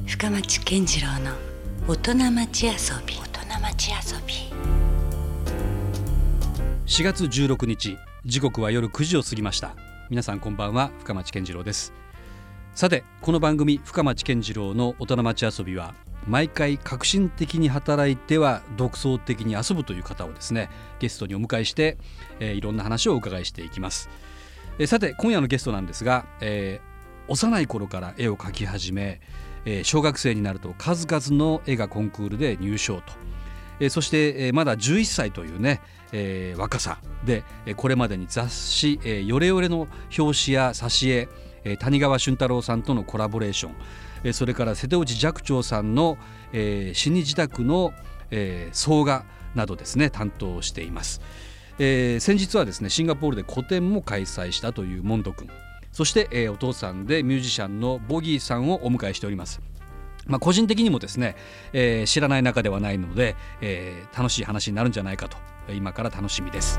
深町健次郎の大人町遊び。 4月16日、時刻は夜9時を過ぎました。皆さんこんばんは、深町健次郎です。さて、この番組深町健次郎の大人町遊びは、毎回革新的に働いては独創的に遊ぶという方をですね、ゲストにお迎えして、いろんな話をお伺いしていきます。さて、今夜のゲストなんですが、幼い頃から絵を描き始め、小学生になると数々の絵画コンクールで入賞と、そして、まだ11歳というね、若さで、これまでに雑誌、ヨレヨレの表紙や挿絵、谷川俊太郎さんとのコラボレーション、それから瀬戸内寂聴さんの、死に自宅の、総画などですね、担当しています。先日はですね、シンガポールで個展も開催したというモンド君、そして、お父さんでミュージシャンのボギーさんをお迎えしております。個人的にもですね、知らない中ではないので、楽しい話になるんじゃないかと、今から楽しみです。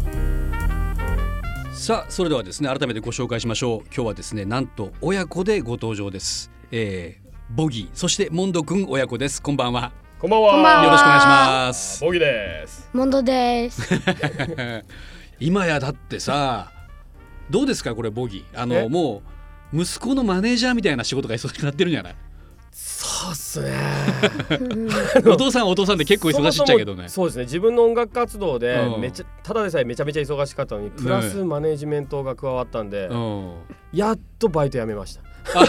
さあ、それではですね、改めてご紹介しましょう。今日はですね、なんと親子でご登場です。ボギー、そしてモンド君親子です。こんばんは。 こんばんは。 よろしくお願いします。 ボギーです。 モンドです。 今やだってさ、どうですかこれボギー、もう息子のマネージャーみたいな仕事が忙しくなってるんじゃない？ そうっすね。 お父さんはお父さんで結構忙しいっちゃけどね。 そうですね、自分の音楽活動でただでさえめちゃめちゃ忙しかったのに、プラスマネージメントが加わったんで、やっとバイト辞めました。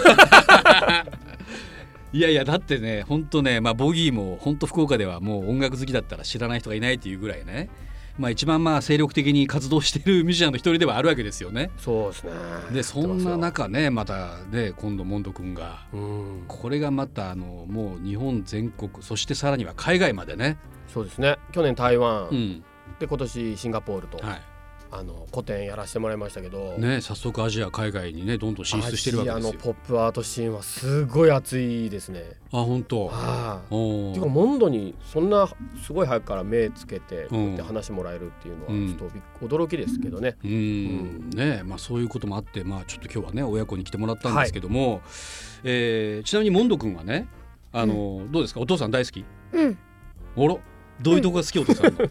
いやいや、だってね、本当ね、ボギーも本当福岡ではもう音楽好きだったら知らない人がいないっていうぐらいね、一番精力的に活動しているミュージシャンの一人ではあるわけですよね。 そうですね。 でそんな中ね、またね、今度モンド君が、これがまたもう日本全国、そしてさらには海外までね。 そうですね、去年台湾、で今年シンガポールと、個展やらせてもらいましたけどね、早速アジア海外にねどんどん進出してるわけですよ。 アジアのポップアートシーンはすごい熱いですね。 あ、本当。 てかモンドにそんなすごい早くから目つけてこうやって話してもらえるっていうのはちょっと驚きですけどね。 ね、そういうこともあって、ちょっと今日はね親子に来てもらったんですけども、ちなみにモンド君はね、どうですか、お父さん大好き？あら、どういうとこが好き、お父さんの？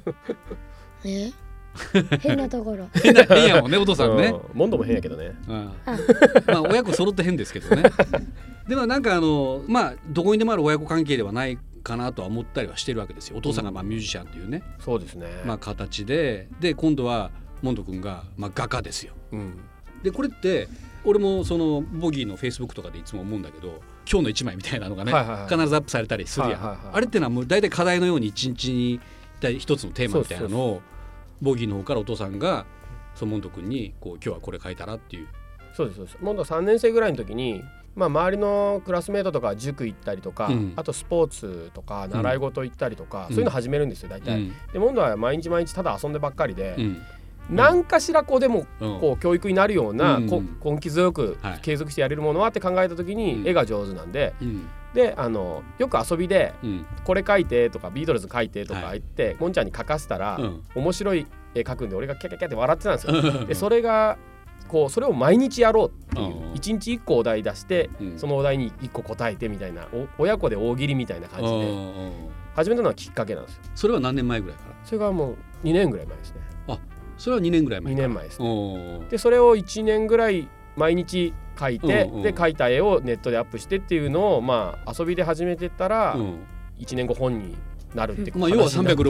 変なところ。 変やもんね、お父さんね。 モンドも変やけどね。 親子揃って変ですけどね。でもなんかどこにでもある親子関係ではないかなとは思ったりはしてるわけですよ。お父さんがミュージシャンというね、 そうですね、 形で今度はモンド君が画家ですよ。でこれって俺もそのボギーのフェイスブックとかでいつも思うんだけど、今日の一枚みたいなのがね、必ずアップされたりするやん。あれってのはもう大体課題のように一日に一つのテーマみたいなのをボギーの方からお父さんがそのモンド君に今日はこれ書いたらっていう。 そうですそうです。モンド3年生ぐらいの時に、周りのクラスメートとか塾行ったりとか、あとスポーツとか習い事行ったりとか、そういうの始めるんですよ大体。でモンドは毎日毎日ただ遊んでばっかりで、何かしらでも教育になるような、根気強く継続してやれるものはって考えた時に、絵が上手なんで、でよく遊びで、これ描いてとかビートルズ描いてとか言って、ゴンちゃんに描かせたら、面白い絵描くんで俺がキャキャキャって笑ってたんですよ。でそれを毎日やろうっていう、1日1個お題出して、そのお題に1個答えてみたいな、親子で大喜利みたいな感じで始めたのがきっかけなんですよ。 それは何年前ぐらいから？ それがもう2年ぐらい前ですね。 それは2年ぐらい前。 2年前ですね。でそれを1年ぐらい毎日描いて、で描いた絵をネットでアップしてっていうのを遊びで始めてったら、1年後本になるっていう、 要は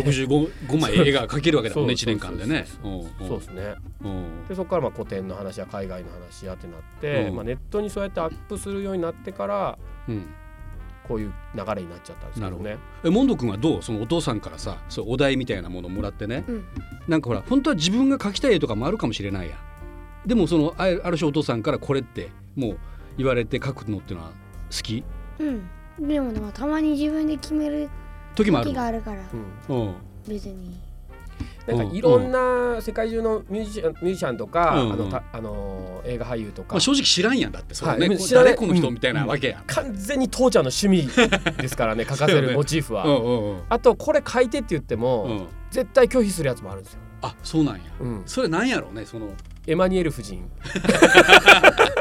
365枚絵が描けるわけだもんね、1年間でね。 そうですね。でそこから古典の話や海外の話やってなって、ネットにそうやってアップするようになってから、こういう流れになっちゃったんですけどね。 モンド君はどう？そのお父さんからさ、お題みたいなものをもらってね、なんかほら本当は自分が描きたい絵とかもあるかもしれないや。でもある種お父さんからこれってもう言われて描くのっていうのは好き？ でもたまに自分で決める時があるから、別になんかいろんな世界中のミュージシャンとか、映画俳優とか、 正直知らんやんだって、それね、誰この人みたいなわけやん。 完全に父ちゃんの趣味ですからね、描かせるモチーフは。あとこれ描いてって言っても、絶対拒否するやつもあるんですよ。 あ、そうなんや。それなんやろうね、そのエマニュエル夫人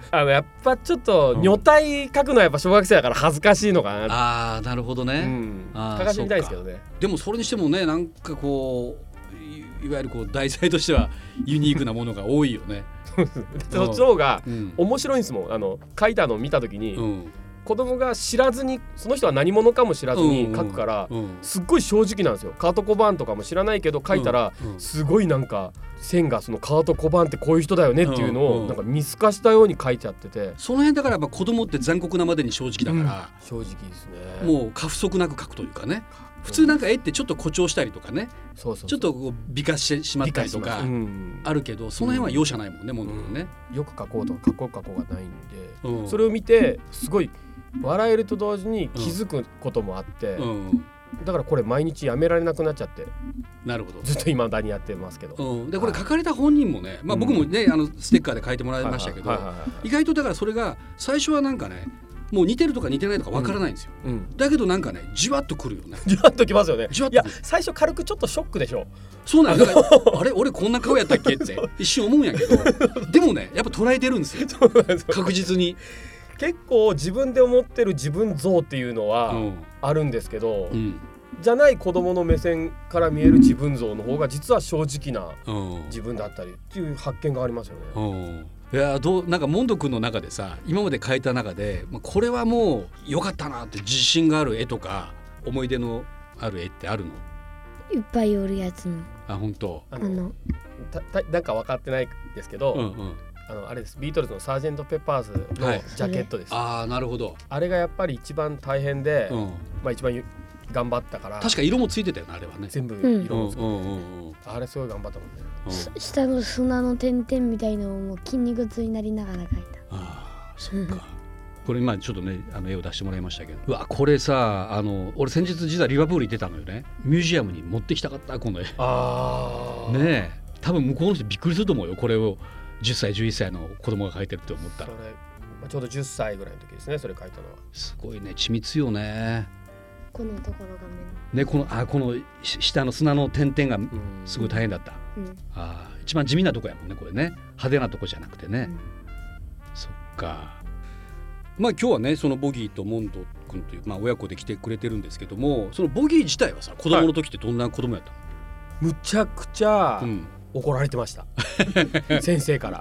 やっぱちょっと女体描くのはやっぱ小学生だから恥ずかしいのかな。 あーなるほどね、 描かしてみたいですけどね。 でもそれにしてもねなんかこういわゆるこう題材としてはユニークなものが多いよねそっちの方が面白いんですもん。描いたのを見た時に、子供が知らずにその人は何者かも知らずに描くから、すっごい正直なんですよ。カート・コバーンとかも知らないけど描いたら、すごいなんか線がそのカート・コバーンってこういう人だよねっていうのをなんか見透かしたように描いちゃってて、 その辺だからやっぱ子供って残酷なまでに正直だから、 正直ですね。 もう過不足なく描くというかね。普通なんか絵ってちょっと誇張したりとかね、ちょっとこう美化してしまったりとかあるけど、その辺は容赦ないもんね、もののね。 よく描こうとか描こうがないんで、それを見てすごい笑えると同時に気づくこともあって、だからこれ毎日やめられなくなっちゃって、 なるほど、 ずっと未だにやってますけど、 でこれ書かれた本人もね、僕もねステッカーで書いてもらいましたけど、意外とだからそれが最初はなんかねもう似てるとか似てないとかわからないんですよ、だけどなんかねじわっとくるよね。 じわっときますよね。いや最初軽くちょっとショックでしょ。 そうなんだあれ俺こんな顔やったっけって一瞬思うんやけどでもねやっぱ捉えてるんですよ確実に。 結構自分で思ってる自分像っていうのはあるんですけど、じゃない子供の目線から見える自分像の方が実は正直な自分だったりっていう発見がありますよね。 いやなんかモンド君の中でさ今まで描いた中でこれはもう良かったなって自信がある絵とか思い出のある絵ってあるの？ いっぱいおるやつの。 本当。 なんか分かってないですけど、あれです、ビートルズのサージェント・ペッパーズのジャケットです、 ああなるほど。 あれがやっぱり一番大変で、一番頑張ったから。 確か色もついてたよねあれはね。 全部色もついてて、あれすごい頑張ったもんね。 下の砂の点々みたいのをもう筋肉痛になりながら描いた。 そっかこれ今ちょっとね絵を出してもらいましたけど、うわこれさ俺先日実はリバプール行ってたのよね。ミュージアムに持ってきたかったこの絵。ねえ多分向こうの人びっくりすると思うよ。これを10歳11歳の子供が描いてるって思ったら。 それ、ちょうど10歳ぐらいの時ですね、それ描いたのは。 すごいね緻密よね。 このところがねこの下の砂の点々がすごい大変だった、一番地味なとこやもんねこれね。派手なとこじゃなくてね、そっか。今日はねそのボギーとモンド君という、親子で来てくれてるんですけども、そのボギー自体はさ子供の時ってどんな子供やったの？ むちゃくちゃ、怒られてました先生から。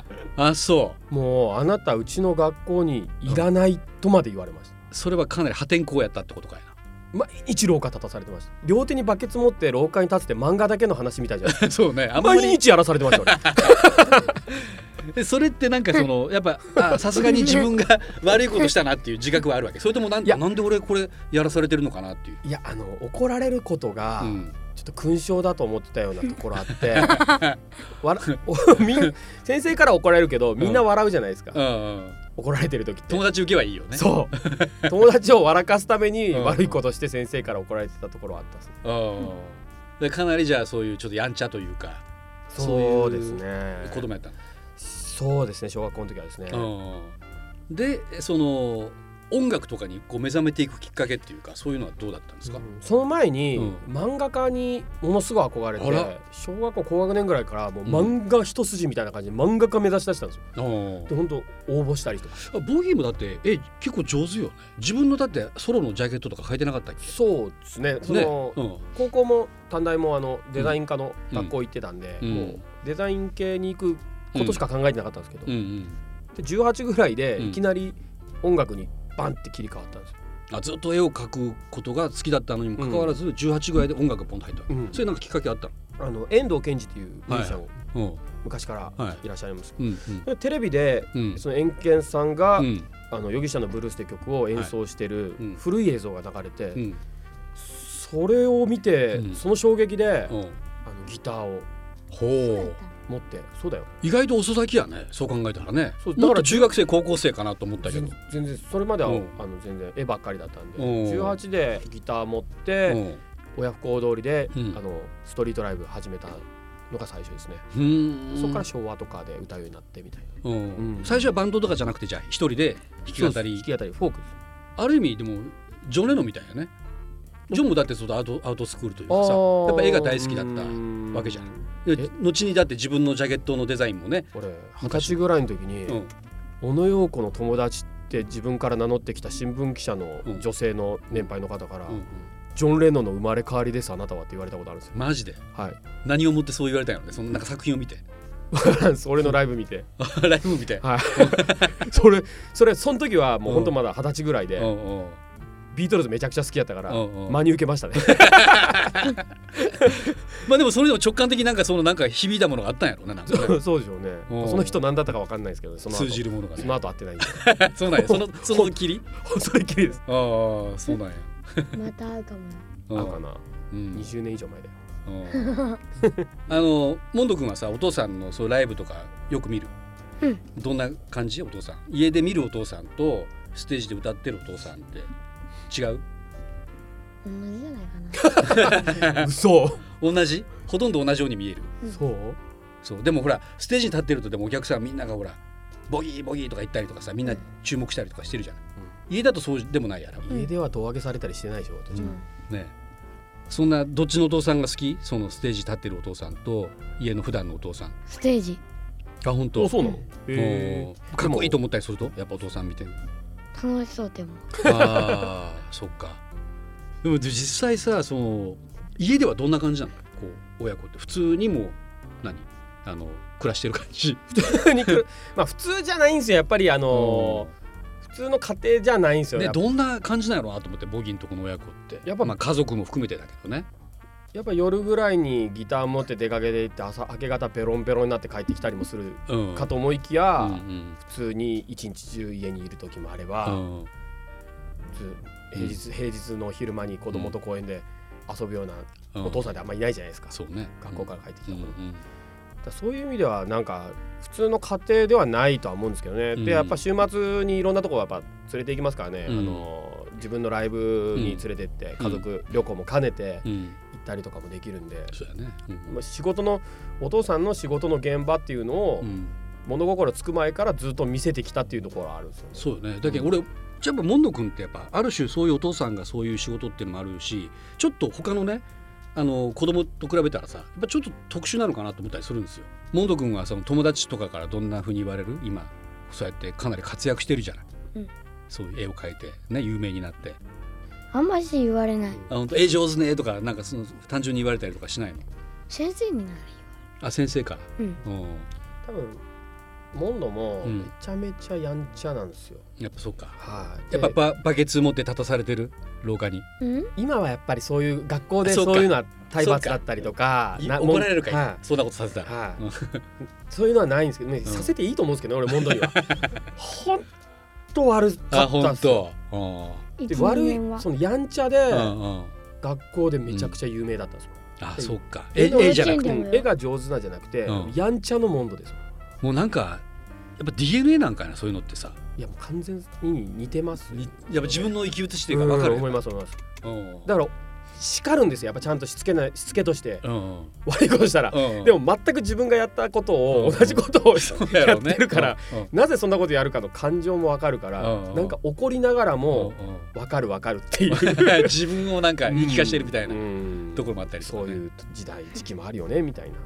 そう。 もうあなたうちの学校にいらないとまで言われました。 それはかなり破天荒やったってことかやな。 毎日廊下立たされてました。両手にバケツ持って廊下に立って漫画だけの話みたいじゃないですかそうね、 毎日やらされてましたそれってなんかやっぱさすがに自分が悪いことしたなっていう自覚はあるわけ？それともなんで俺これやらされてるのかなっていう。 いや怒られることが、ちょっと勲章だと思ってたようなところあって先生から怒られるけどみんな笑うじゃないですか、怒られてる時って。 友達受けはいいよね。 そう友達を笑かすために悪いことして先生から怒られてたところはあったんですでかなりじゃあそういうちょっとやんちゃというかそうですね子供やったの？ そうですね、小学校の時はですね。 でその音楽とかに目覚めていくきっかけっていうかそういうのはどうだったんですか？ その前に、漫画家にものすごい憧れて、小学校高学年ぐらいからもう漫画一筋みたいな感じで漫画家目指し出したんですよ。で本当応募したりとか。 ボギーもだって結構上手よね。自分のだってソロのジャケットとか書いてなかったっけ？ そうですね。高校も短大もデザイン科の学校行ってたんで、もうデザイン系に行くことしか考えてなかったんですけど、で18ぐらいでいきなり音楽にバンって切り替わったんですよ。 ずっと絵を描くことが好きだったのにもかかわらず、18ぐらいで音楽がポンと入った、それなんかきっかけあったの？遠藤健二っていうミュージシャンを昔からいらっしゃいます、テレビで、そのエンケンさんが、容疑者のブルースって曲を演奏してる古い映像が流れて、それを見て、その衝撃で、ギターを持って。そうだよ、 意外と遅咲きやね、そう考えたらね。だから中学生高校生かなと思ったけど、 全然それまでは全然絵ばっかりだったんで、18でギター持って親不孝通りでストリートライブ始めたのが最初ですね。そこから昭和とかで歌うようになってみたいな。 最初はバンドとかじじゃなくて、じゃあ一人で弾き語りフォーク。 ある意味でもジョン・レノンみたいなね。ジョンもだってアウトスクールというかさ、やっぱ絵が大好きだったわけじゃん。後にだって自分のジャケットのデザインもね、 俺20歳ぐらいの時に小野陽子の友達って自分から名乗ってきた新聞記者の女性の年配の方から、ジョン・レノンの生まれ変わりですあなたはって言われたことあるんですよ。 マジで？ はい。 何をもってそう言われたのね、そのなんか作品を見て俺のライブ見てライブ見て、 はいその時はもう本当まだ20歳ぐらいで、ビートルズめちゃくちゃ好きやったから真に受けましたねまあでもそれでも直感的になんかそのなんか響いたものがあったんやろうね、なんかねそうでしょうね。その人何だったか分かんないですけど、その後通じるものがね、 その後会ってないんでそうなんや、そのきりそれっきりです。 ああ、そうなんやまた会うかも。 会うかな、20年以上前だよモンド君はさ、お父さんのそうライブとかよく見る？どんな感じ？お父さん家で見るお父さんとステージで歌ってるお父さんって違う？ 同じじゃないかな嘘同じ？ほとんど同じように見える。そうでもほらステージに立ってると、でもお客さんみんながほらボギーボギーとか言ったりとかさ、みんな注目したりとかしてるじゃない、家だとそうでもないやろ。 家では胴上げされたりしてないでしょ、 ね。そんなどっちのお父さんが好き？そのステージ立ってるお父さんと家の普段のお父さん。 ステージ。 あ、本当？ そうなの？ かっこいいと思ったりするとやっぱお父さん見てる？ 楽しそうでも。 ああ、そっか。でも実際さ、その家ではどんな感じなの？こう親子って普通にも暮らしてる感じ？ 普通にまあ普通じゃないんですよ、やっぱり普通の家庭じゃないんですよね。 どんな感じなのなと思って、ボギーのとこの親子ってやっぱまあ家族も含めてだけどね。 やっぱ夜ぐらいにギター持って出かけていって明け方ペロンペロンになって帰ってきたりもするかと思いきや、普通に一日中家にいる時もあれば、平日の昼間に子供と公園で遊ぶようなお父さんってあんまりいないじゃないですか、 そうね、 学校から帰ってきた頃、そういう意味ではなんか普通の家庭ではないとは思うんですけどね、でやっぱ週末にいろんなところやっぱ連れて行きますからね、自分のライブに連れてって家族旅行も兼ねて行ったりとかもできるんで、 そうやね、 仕事のお父さんの仕事の現場っていうのを物心つく前からずっと見せてきたっていうところはあるんですよね。 そうよね。だけど俺やっぱモンド君ってやっぱある種そういうお父さんがそういう仕事っていうのもあるし、ちょっと他のね子供と比べたらさ、やっぱちょっと特殊なのかなと思ったりするんですよ。モンド君はその友達とかからどんな風に言われる？今そうやってかなり活躍してるじゃない、そういう絵を描いてね有名になって。 あんまし言われない。 あ、本当？絵上手ねとかなんかその単純に言われたりとかしないの？ 先生になるよ。 あ、先生から。 多分モンドもめちゃめちゃやんちゃなんですよ。 やっぱそうか。 やっぱバケツ持って立たされてる廊下に。 今はやっぱりそういう学校でそういうのは体罰だったりとか怒られるか、そんなことさせたら。 そういうのはないんですけどね、させていいと思うんですけどね、俺モンドには。本当悪かったんですよ。で悪いそのやんちゃで学校でめちゃくちゃ有名だったんですよ。 あ、そうか。絵じゃなくて、 絵が上手なんじゃなくてやんちゃのモンドです。 もうなんかやっぱ DNA なんかな、そういうのってさ。 いやもう完全に似てます。 やっぱ自分の生き写しっていうか分かる。 思います。だから叱るんですよ、やっぱちゃんとしつけとして悪いことしたら。でも全く自分がやったことを同じことをやってるから、なぜそんなことやるかの感情も分かるから、なんか怒りながらも分かるっていう自分をなんか言い聞かせてるみたいなところもあったりとか、 そういう時期もあるよねみたいな。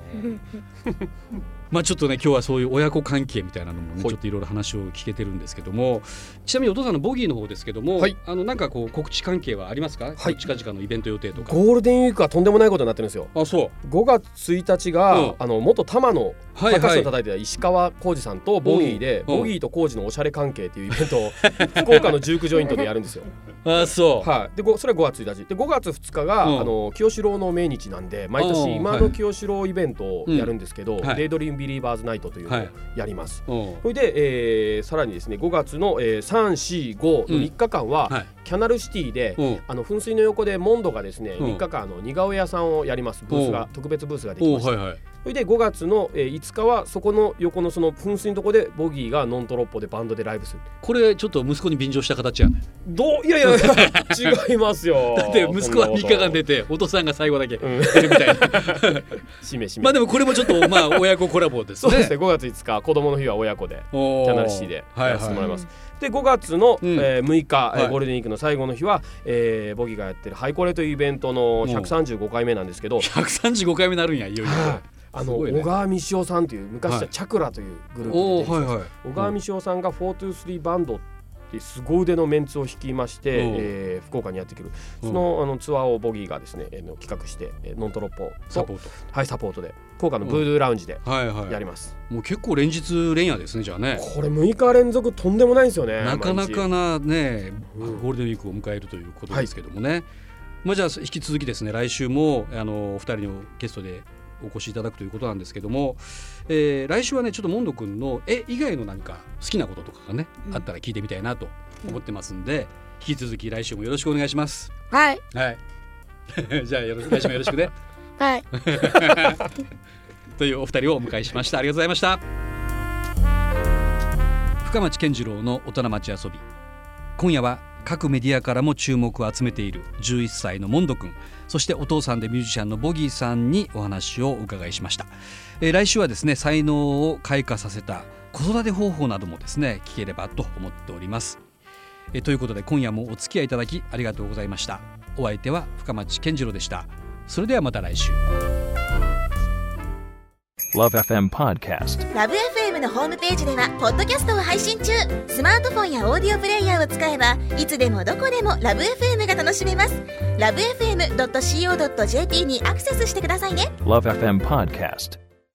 まあちょっとね今日はそういう親子関係みたいなのもねちょっといろいろ話を聞けてるんですけども、ちなみにお父さんのボギーの方ですけども、なんかこう告知関係はありますか？近々のイベント予定とか。 ゴールデンウィークはとんでもないことになってるんですよ。 あ、そう。 5月1日が元多摩のパーカッションを叩いてた石川浩二さんとボギーで、ボギーと浩二のおしゃれ関係っていうイベントを福岡のジュークジョイントでやるんですよ。 あ、そう。 はい。でそれは5月1日で、5月2日が清志郎の命日なんで、毎年今の清志郎イベントをやるんですけど、デイドリームビリーバーズナイトというのをやります。それでさらにですね、5月の3、4、5の3日間はキャナルシティで噴水の横でモンドがですね3日間似顔絵屋さんをやります。ブースが特別ブースができました。それで5月の5日はそこの横のその噴水のとこでボギーがノントロッポでバンドでライブする。 これちょっと息子に便乗した形やね。 いや違いますよ。 だって息子は3日間出てお父さんが最後だけ出るみたいな。 しめまあでもこれもちょっと親子コラボですね。 そうですね。5月5日子供の日は親子でキャナルシティでやらせてもらいます。で5月の6日ゴールデンウィークの最後の日はボギーがやってるハイコレというイベントの135回目なんですけど、 135回目になるんや、いよいよ。 小川美潮さんという昔はチャクラというグループで、小川美潮さんが423バンドって凄腕のメンツを率いまして、福岡にやってくるその、ツアーをボギーがですね、企画してノントロッポサポート、 サポートで福岡のブードゥーラウンジでやります、 もう結構連日連夜ですね。じゃあねこれ6日連続とんでもないんですよね。 なかなかなね、ゴールデンウィークを迎えるということですけどもね、じゃあ引き続きですね、来週もお二人のゲストでお越しいただくということなんですけども、来週はねちょっとモンド君の絵以外の何か好きなこととかがね、あったら聞いてみたいなと思ってますんで、引き続き来週もよろしくお願いします。 はい、 はい、じゃあ来週もよろしくねはいというお二人をお迎えしました。ありがとうございました。深町健次郎の大人町遊び、今夜は各メディアからも注目を集めている11歳のモンド君、そしてお父さんでミュージシャンのボギーさんにお話をお伺いしました。来週はですね、才能を開花させた子育て方法などもですね聞ければと思っております。ということで今夜もお付き合いいただきありがとうございました。お相手は深町健次郎でした。それではまた来週。 LoveFM Podcast。LoveFM のホームページではポッドキャストを配信中。スマートフォンやオーディオプレイヤーを使えばいつでもどこでも LoveFM が楽しめます。LoveFM.co.jp にアクセスしてくださいね。 LoveFM Podcast。